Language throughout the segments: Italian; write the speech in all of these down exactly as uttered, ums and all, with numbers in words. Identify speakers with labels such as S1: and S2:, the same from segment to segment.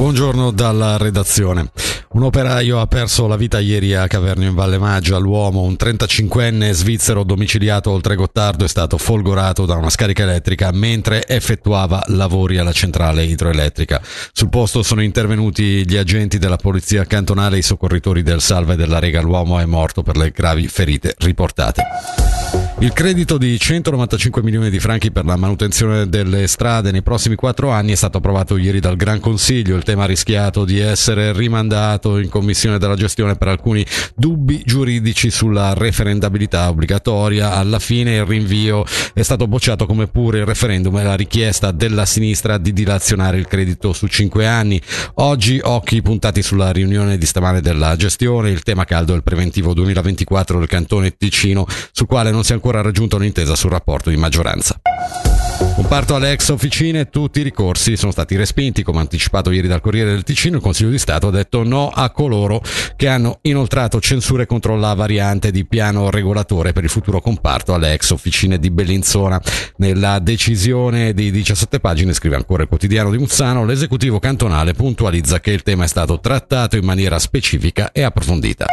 S1: Buongiorno dalla redazione. Un operaio ha perso la vita ieri a Cavernio in Valle Maggia. L'uomo, un trentacinquenne svizzero domiciliato oltre Gottardo, è stato folgorato da una scarica elettrica mentre effettuava lavori alla centrale idroelettrica. Sul posto sono intervenuti gli agenti della polizia cantonale e i soccorritori del Salva e della Rega. L'uomo è morto per le gravi ferite riportate. Il credito di centonovantacinque milioni di franchi per la manutenzione delle strade nei prossimi quattro anni è stato approvato ieri dal Gran Consiglio. Il tema ha rischiato di essere rimandato in Commissione della Gestione per alcuni dubbi giuridici sulla referendabilità obbligatoria. Alla fine il rinvio è stato bocciato, come pure il referendum e la richiesta della sinistra di dilazionare il credito su cinque anni. Oggi occhi puntati sulla riunione di stamane della Gestione. Il tema caldo è il preventivo duemilaventiquattro del Cantone Ticino, sul quale non si è ancora raggiunto un'intesa sul rapporto di maggioranza. Comparto alle ex officine, tutti i ricorsi sono stati respinti. Come anticipato ieri dal Corriere del Ticino, il Consiglio di Stato ha detto no a coloro che hanno inoltrato censure contro la variante di piano regolatore per il futuro comparto alle ex officine di Bellinzona. Nella decisione di diciassette pagine, scrive ancora il quotidiano di Muzzano, l'esecutivo cantonale puntualizza che il tema è stato trattato in maniera specifica e approfondita.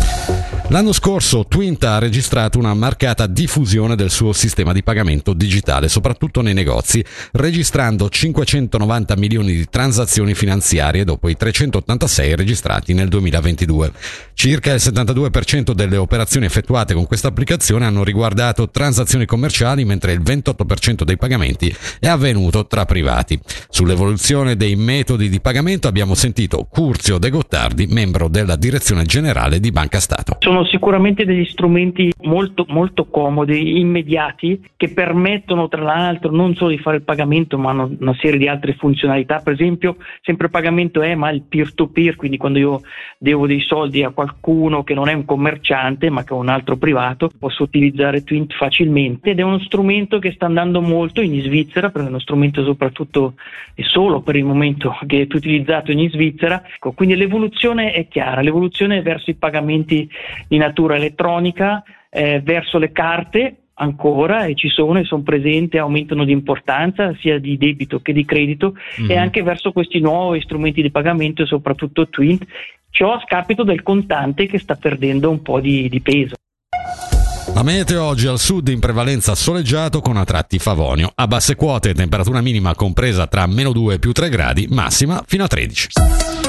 S1: L'anno scorso Twint ha registrato una marcata diffusione del suo sistema di pagamento digitale, soprattutto nei negozi, registrando cinquecentonovanta milioni di transazioni finanziarie dopo i trecentottantasei registrati nel duemilaventidue. Circa il settantadue per cento delle operazioni effettuate con questa applicazione hanno riguardato transazioni commerciali, mentre il ventotto per cento dei pagamenti è avvenuto tra privati. Sull'evoluzione dei metodi di pagamento abbiamo sentito Curzio De Gottardi, membro della direzione generale di Banca Stato.
S2: Sono sicuramente degli strumenti molto molto comodi, immediati, che permettono tra l'altro non solo di fare il pagamento, ma hanno una serie di altre funzionalità. Per esempio, sempre il pagamento è ma il peer to peer, quindi quando io devo dei soldi a qualcuno che non è un commerciante ma che è un altro privato, posso utilizzare Twint facilmente, ed è uno strumento che sta andando molto in Svizzera, perché è uno strumento soprattutto e solo per il momento che è utilizzato in Svizzera. Ecco, quindi l'evoluzione è chiara, l'evoluzione è verso i pagamenti di natura elettronica, eh, verso le carte ancora, e ci sono e sono presenti, aumentano di importanza sia di debito che di credito, mm-hmm. e anche verso questi nuovi strumenti di pagamento e soprattutto Twint, ciò a scapito del contante che sta perdendo un po' di, di peso.
S1: La meteo oggi al sud in prevalenza soleggiato con a tratti favonio, a basse quote temperatura minima compresa tra meno due e più tre gradi, massima fino a tredici.